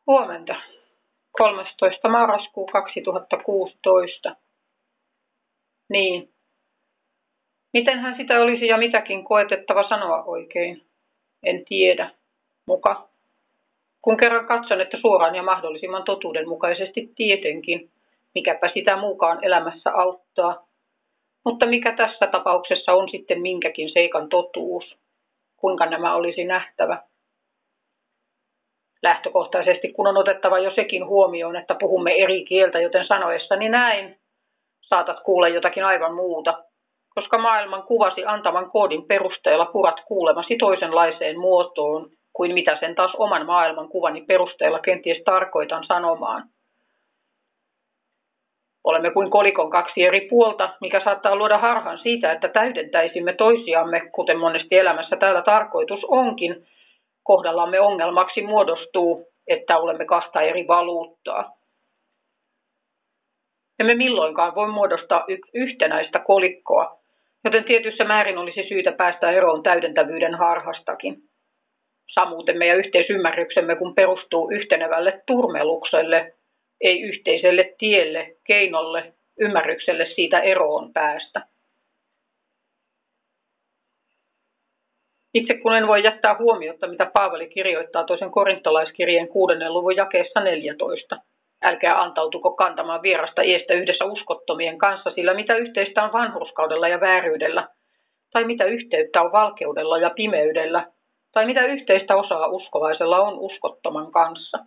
Huomenta. 13. marraskuu 2016. Niin. Mitenhän sitä olisi ja mitäkin koetettava sanoa oikein? En tiedä. Muka. Kun kerran katson, että suoraan ja mahdollisimman totuudenmukaisesti tietenkin, mikäpä sitä muukaan elämässä auttaa. Mutta mikä tässä tapauksessa on sitten minkäkin seikan totuus? Kuinka nämä olisi nähtävä? Lähtökohtaisesti, kun on otettava jo sekin huomioon, että puhumme eri kieltä, joten sanoessani näin, saatat kuulla jotakin aivan muuta, koska maailman kuvasi antavan koodin perusteella purat kuulemasi toisenlaiseen muotoon, kuin mitä sen taas oman maailmankuvani perusteella kenties tarkoitan sanomaan. Olemme kuin kolikon kaksi eri puolta, mikä saattaa luoda harhan siitä, että täydentäisimme toisiamme, kuten monesti elämässä täällä tarkoitus onkin. Kohdallamme ongelmaksi muodostuu, että olemme kahta eri valuuttaa. Emme milloinkaan voi muodostaa yhtenäistä kolikkoa, joten tietyssä määrin olisi syytä päästä eroon täydentävyyden harhastakin. Samuutemme ja yhteisymmärryksemme kun perustuu yhtenevälle turmelukselle, ei yhteiselle tielle, keinolle, ymmärrykselle siitä eroon päästä. Itse kun en voi jättää huomiota, mitä Paavali kirjoittaa toisen korintolaiskirjeen 6. luvun jakeessa 14. Älkää antautuko kantamaan vierasta iestä yhdessä uskottomien kanssa, sillä mitä yhteistä on vanhurskaudella ja vääryydellä, tai mitä yhteyttä on valkeudella ja pimeydellä, tai mitä yhteistä osaa uskovaisella on uskottoman kanssa.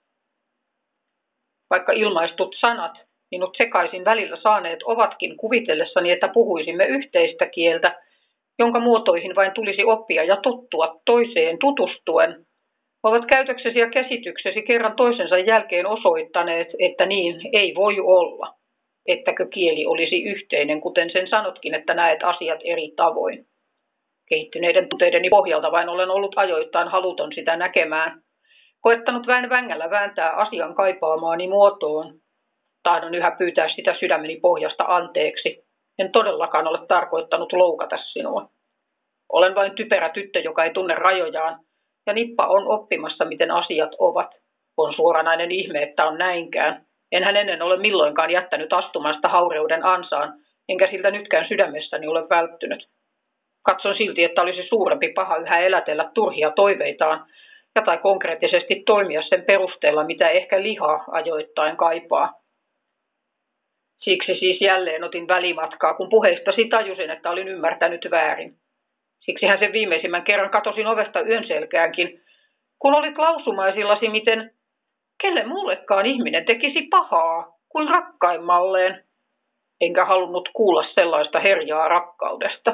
Vaikka ilmaistut sanat, minut sekaisin välillä saaneet ovatkin kuvitellessani, että puhuisimme yhteistä kieltä, jonka muotoihin vain tulisi oppia ja tottua toiseen tutustuen, ovat käytöksesi ja käsityksesi kerran toisensa jälkeen osoittaneet, että niin ei voi olla, ettäkö kieli olisi yhteinen, kuten sen sanotkin, että näet asiat eri tavoin. Kehittyneiden tunteideni pohjalta vain olen ollut ajoittain haluton sitä näkemään, koettanut väen vängällä vääntää asian kaipaamaani muotoon. Tahdon yhä pyytää sitä sydämeni pohjasta anteeksi. En todellakaan ole tarkoittanut loukata sinua. Olen vain typerä tyttö, joka ei tunne rajojaan, ja nippa on oppimassa, miten asiat ovat. On suoranainen ihme, että on näinkään. Enhän ennen ole milloinkaan jättänyt astumasta haureuden ansaan, enkä siltä nytkään sydämessäni ole välttynyt. Katson silti, että olisi suurempi paha yhä elätellä turhia toiveitaan, ja tai konkreettisesti toimia sen perusteella, mitä ehkä liha ajoittain kaipaa. Siksi siis jälleen otin välimatkaa, kun puheistasi tajusin, että olin ymmärtänyt väärin. Siksihän sen viimeisimmän kerran katosin ovesta yön selkäänkin, kun olit lausumaisillasi, miten kelle muullekaan ihminen tekisi pahaa kuin rakkaimmalleen. Enkä halunnut kuulla sellaista herjaa rakkaudesta.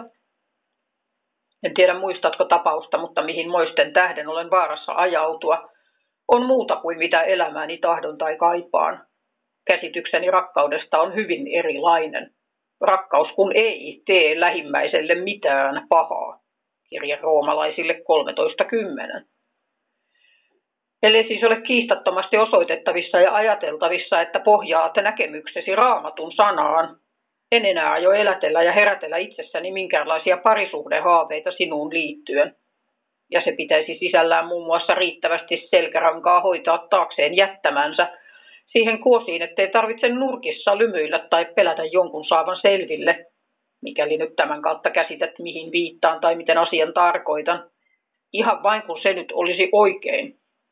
En tiedä muistatko tapausta, mutta mihin moisten tähden olen vaarassa ajautua, on muuta kuin mitä elämääni tahdon tai kaipaan. Käsitykseni rakkaudesta on hyvin erilainen. Rakkaus kun ei tee lähimmäiselle mitään pahaa. Kirje roomalaisille 13.10. Ellei siis ole kiistattomasti osoitettavissa ja ajateltavissa, että pohjaat näkemyksesi Raamatun sanaan, en enää aio elätellä ja herätellä itsessäni minkäänlaisia parisuhdehaaveita sinuun liittyen. Ja se pitäisi sisällään muun muassa riittävästi selkärankaa hoitaa taakseen jättämänsä, siihen kuosiin, ettei tarvitse nurkissa lymyillä tai pelätä jonkun saavan selville, mikäli nyt tämän kautta käsität, mihin viittaan tai miten asian tarkoitan. Ihan vain kun se nyt olisi oikein.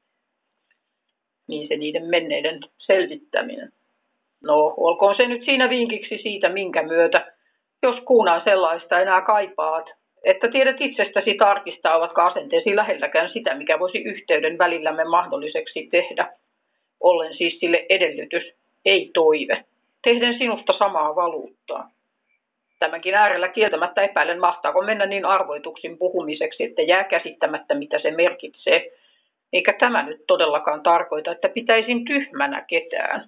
Niin se niiden menneiden selvittäminen. No, olkoon se nyt siinä vinkiksi siitä, minkä myötä, jos kuunaan sellaista enää kaipaat, että tiedät itsestäsi tarkistaa, ovatko asenteesi lähelläkään sitä, mikä voisi yhteyden välillämme mahdolliseksi tehdä. Ollen siis sille edellytys, ei toive, tehden sinusta samaa valuuttaa. Tämänkin äärellä kieltämättä epäilen, mahtaako mennä niin arvoituksin puhumiseksi, että jää käsittämättä, mitä se merkitsee. Eikä tämä nyt todellakaan tarkoita, että pitäisin tyhmänä ketään.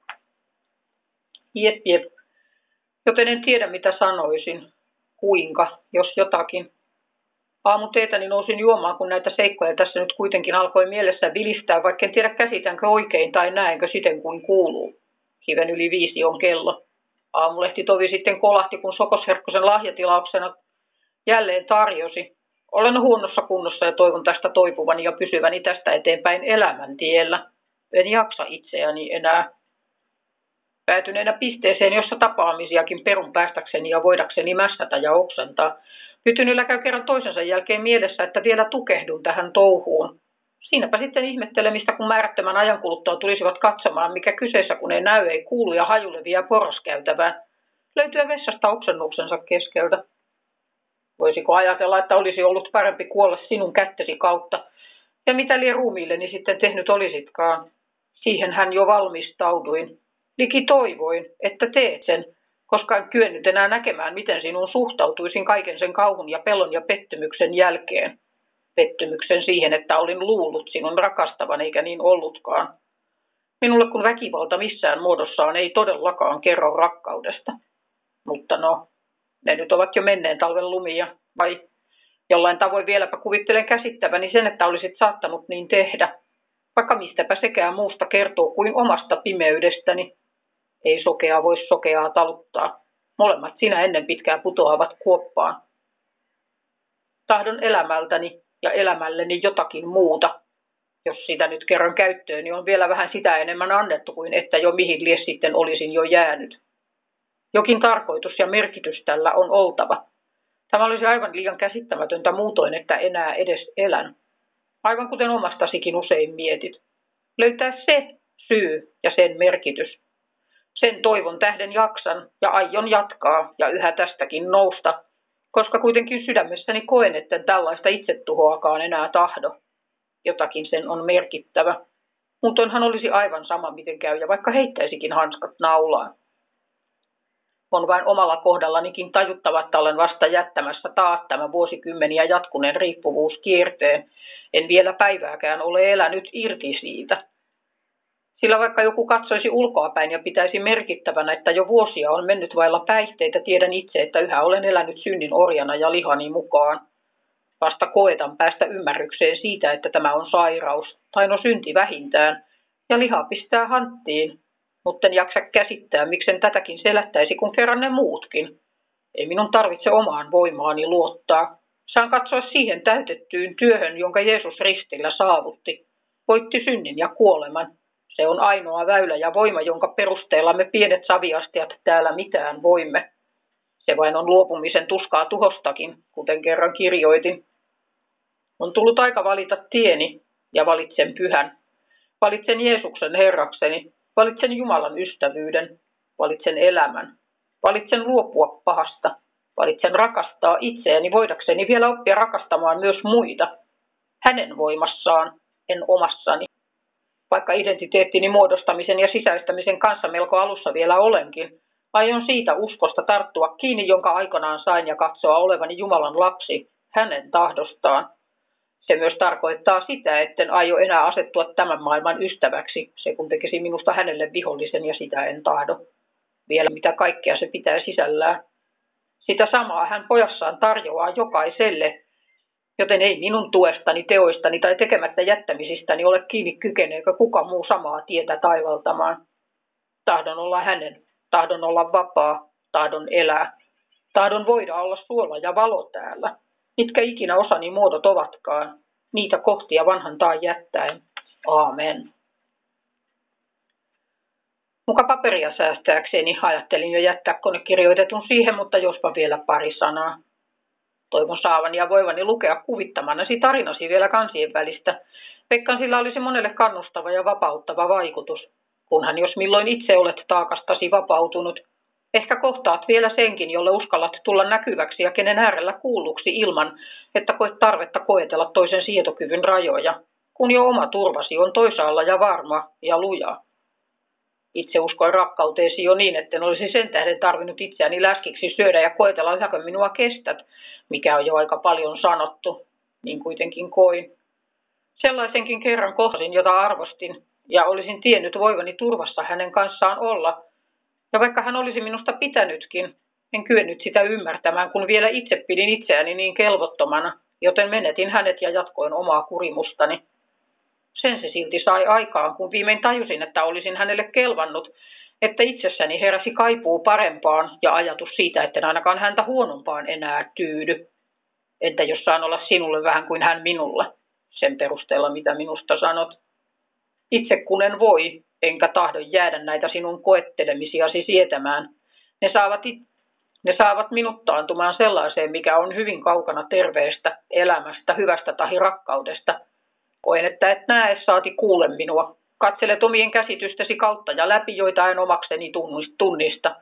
Jep. Joten en tiedä, mitä sanoisin. Kuinka, jos jotakin. Aamuteetäni nousin juomaan, kun näitä seikkoja tässä nyt kuitenkin alkoi mielessä vilistää, vaikka en tiedä käsitänkö oikein tai näenkö siten kuin kuuluu. Kiven yli 5 on kello. Aamulehti tovi sitten kolahti, kun Sokosherkkosen lahjatilauksena jälleen tarjosi. Olen huonossa kunnossa ja toivon tästä toipuvani ja pysyväni tästä eteenpäin elämäntiellä. En jaksa itseäni enää. Päätyneenä pisteeseen, jossa tapaamisiakin perun päästäkseni ja voidakseni mässätä ja oksentaa, Pytynillä käy kerran toisensa jälkeen mielessä, että vielä tukehdun tähän touhuun. Siinäpä sitten ihmettelemistä, kun määrättömän ajan kuluttua tulisivat katsomaan, mikä kyseessä kun ei näy, ei kuulu ja hajulevia porraskäytävään. Löytyä vessasta oksennuksensa keskeltä. Voisiko ajatella, että olisi ollut parempi kuolla sinun kättesi kautta, ja mitä lie ruumiilleni sitten tehnyt olisitkaan. Siihen hän jo valmistauduin. Liki toivoin, että teet sen, koska en kyennyt enää näkemään, miten sinun suhtautuisin kaiken sen kauhun ja pelon ja pettymyksen jälkeen. Pettymyksen siihen, että olin luullut sinun rakastavan eikä niin ollutkaan. Minulle kun väkivalta missään muodossaan ei todellakaan kerro rakkaudesta. Mutta no, ne nyt ovat jo menneen talven lumia, vai jollain tavoin vieläpä kuvittelen käsittäväni sen, että olisit saattanut niin tehdä. Vaikka mistäpä sekään muusta kertoo kuin omasta pimeydestäni. Ei sokeaa voi sokeaa taluttaa. Molemmat sinä ennen pitkään putoavat kuoppaan. Tahdon elämältäni ja elämälleni jotakin muuta. Jos sitä nyt kerran käyttöön, niin on vielä vähän sitä enemmän annettu kuin että jo mihin lie sitten olisin jo jäänyt. Jokin tarkoitus ja merkitys tällä on oltava. Tämä olisi aivan liian käsittämätöntä muutoin, että enää edes elän. Aivan kuten omastasikin usein mietit. Löytää se syy ja sen merkitys. Sen toivon tähden jaksan ja aion jatkaa ja yhä tästäkin nousta, koska kuitenkin sydämessäni koen, etten tällaista itsetuhoakaan enää tahdo. Jotakin sen on merkittävä. Muutoinhan olisi aivan sama, miten käy, ja vaikka heittäisikin hanskat naulaan. On vain omalla kohdallanikin tajuttava, että olen vasta jättämässä taas tämän vuosikymmeniä jatkuneen riippuvuuskierteen. En vielä päivääkään ole elänyt irti siitä. Sillä vaikka joku katsoisi ulkoapäin ja pitäisi merkittävänä, että jo vuosia on mennyt vailla päihteitä, tiedän itse, että yhä olen elänyt synnin orjana ja lihani mukaan. Vasta koetan päästä ymmärrykseen siitä, että tämä on sairaus, tai no synti vähintään, ja liha pistää hanttiin. Mutta en jaksa käsittää, miksen tätäkin selättäisi, kun kerran ne muutkin. Ei minun tarvitse omaan voimaani luottaa. Saan katsoa siihen täytettyyn työhön, jonka Jeesus ristillä saavutti. Voitti synnin ja kuoleman. Se on ainoa väylä ja voima, jonka perusteella me pienet saviastiat täällä mitään voimme. Se vain on luopumisen tuskaa tuhostakin, kuten kerran kirjoitin. On tullut aika valita tieni ja valitsen pyhän. Valitsen Jeesuksen Herrakseni. Valitsen Jumalan ystävyyden. Valitsen elämän. Valitsen luopua pahasta. Valitsen rakastaa itseäni voidakseni vielä oppia rakastamaan myös muita. Hänen voimassaan, en omassani. Vaikka identiteettini muodostamisen ja sisäistämisen kanssa melko alussa vielä olenkin, aion siitä uskosta tarttua kiinni, jonka aikanaan sain ja katsoa olevani Jumalan lapsi, hänen tahdostaan. Se myös tarkoittaa sitä, etten aio enää asettua tämän maailman ystäväksi, se kun tekisi minusta hänelle vihollisen ja sitä en tahdo. Vielä mitä kaikkea se pitää sisällään. Sitä samaa hän pojassaan tarjoaa jokaiselle, joten ei minun tuestani, teoistani tai tekemättä jättämisistäni ole kiinni kykeneekö kuka muu samaa tietä taivaltamaan. Tahdon olla hänen, tahdon olla vapaa, tahdon elää, tahdon voida olla suola ja valo täällä. Mitkä ikinä osani muodot ovatkaan, niitä kohtia vanhan taan jättäen. Aamen. Muka paperia säästääkseni ajattelin jo jättää konekirjoitetun siihen, mutta jospa vielä pari sanaa. Toivon saavani ja voivani lukea kuvittamanasi tarinasi vielä kansien välistä. Veikkaan sillä olisi monelle kannustava ja vapauttava vaikutus. Kunhan jos milloin itse olet taakastasi vapautunut, ehkä kohtaat vielä senkin, jolle uskallat tulla näkyväksi ja kenen äärellä kuulluksi ilman, että koet tarvetta koetella toisen sietokyvyn rajoja, kun jo oma turvasi on toisaalla ja varma ja luja. Itse uskoin rakkauteesi jo niin, etten olisi sen tähden tarvinnut itseäni läskiksi syödä ja koetella yhäkö minua kestät, mikä on jo aika paljon sanottu, niin kuitenkin koin. Sellaisenkin kerran kohtasin, jota arvostin, ja olisin tiennyt voivani turvassa hänen kanssaan olla. Ja vaikka hän olisi minusta pitänytkin, en kyennyt sitä ymmärtämään, kun vielä itse pidin itseäni niin kelvottomana, joten menetin hänet ja jatkoin omaa kurimustani. Sen se silti sai aikaan, kun viimein tajusin, että olisin hänelle kelvannut, että itsessäni heräsi kaipuu parempaan ja ajatus siitä, etten ainakaan häntä huonompaan enää tyydy. Entä jos saan olla sinulle vähän kuin hän minulle, sen perusteella mitä minusta sanot? Itse kun en voi, enkä tahdo jäädä näitä sinun koettelemisiasi sietämään, ne saavat minut taantumaan sellaiseen, mikä on hyvin kaukana terveestä, elämästä, hyvästä tahi rakkaudesta. Koen, että et näe saati kuule minua. Katselet omien käsitystesi kautta ja läpi, joita en omakseni tunnista.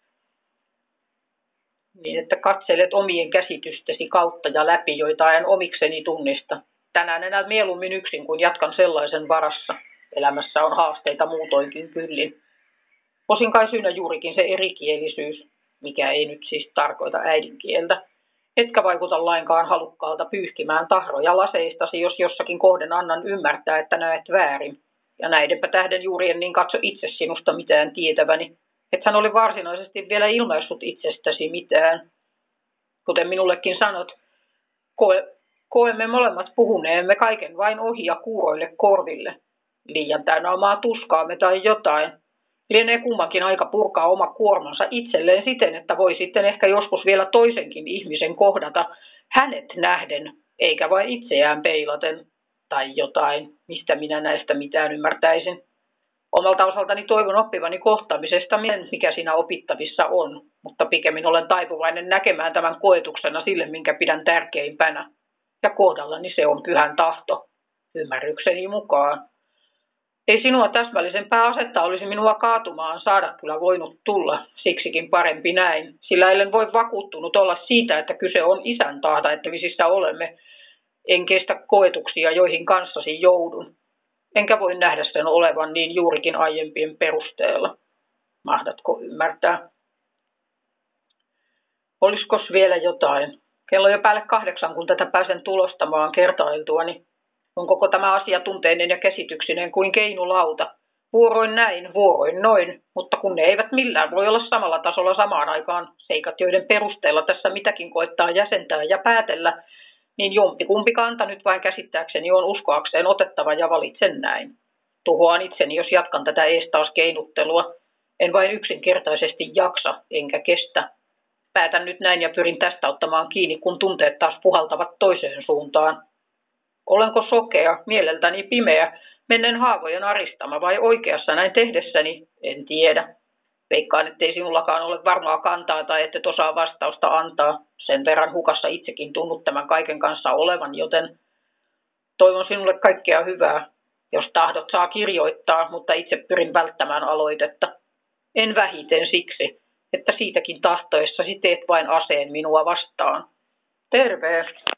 Niin, että katselet omien käsitystesi kautta ja läpi, joita en omikseni tunnista. Tänään enää mieluummin yksin, kun jatkan sellaisen varassa. Elämässä on haasteita muutoinkin kyllin. Osin kai syynä juurikin se erikielisyys, mikä ei nyt siis tarkoita äidinkieltä. Etkä vaikuta lainkaan halukkaalta pyyhkimään tahroja laseistasi, jos jossakin kohden annan ymmärtää, että näet väärin. Ja näidenpä tähden juuri en niin katso itse sinusta mitään tietäväni. Ethän ole varsinaisesti vielä ilmaissut itsestäsi mitään. Kuten minullekin sanot, koemme molemmat puhuneemme kaiken vain ohi ja kuuroille korville. Liian täynnä omaa tuskaamme tai jotain. Lienee kummankin aika purkaa oma kuormansa itselleen siten, että voi sitten ehkä joskus vielä toisenkin ihmisen kohdata hänet nähden, eikä vain itseään peilaten tai jotain, mistä minä näistä mitään ymmärtäisin. Omalta osaltani toivon oppivani kohtaamisesta, mikä siinä opittavissa on, mutta pikemmin olen taipuvainen näkemään tämän koetuksena sille, minkä pidän tärkeimpänä. Ja kohdallani se on pyhän tahto, ymmärrykseni mukaan. Ei sinua täsmällisempää asetta olisi minua kaatumaan saada kyllä voinut tulla, siksikin parempi näin, sillä ellen voi vakuuttunut olla siitä, että kyse on isän tahta, että visissä olemme, en kestä koetuksia, joihin kanssasi joudun. Enkä voi nähdä sen olevan niin juurikin aiempien perusteella. Mahdatko ymmärtää? Olisikos vielä jotain? Kello jo päälle 8, kun tätä pääsen tulostamaan kertailtuani. On koko tämä asia tunteinen ja käsityksinen kuin keinulauta. Vuoroin näin, vuoroin noin, mutta kun ne eivät millään voi olla samalla tasolla samaan aikaan, seikat joiden perusteella tässä mitäkin koettaa jäsentää ja päätellä, niin jompikumpi kanta nyt vain käsittääkseni on uskoakseen otettava ja valitsen näin. Tuhoan itseni, jos jatkan tätä ees taas keinuttelua. En vain yksinkertaisesti jaksa, enkä kestä. Päätän nyt näin ja pyrin tästä ottamaan kiinni, kun tunteet taas puhaltavat toiseen suuntaan. Olenko sokea, mieleltäni pimeä, mennen haavojen aristama vai oikeassa näin tehdessäni? En tiedä. Veikkaan, ettei sinullakaan ole varmaa kantaa tai et osaa vastausta antaa. Sen verran hukassa itsekin tunnut tämän kaiken kanssa olevan, joten toivon sinulle kaikkea hyvää. Jos tahdot, saa kirjoittaa, mutta itse pyrin välttämään aloitetta. En vähiten siksi, että siitäkin tahtoessasi teet vain aseen minua vastaan. Terve!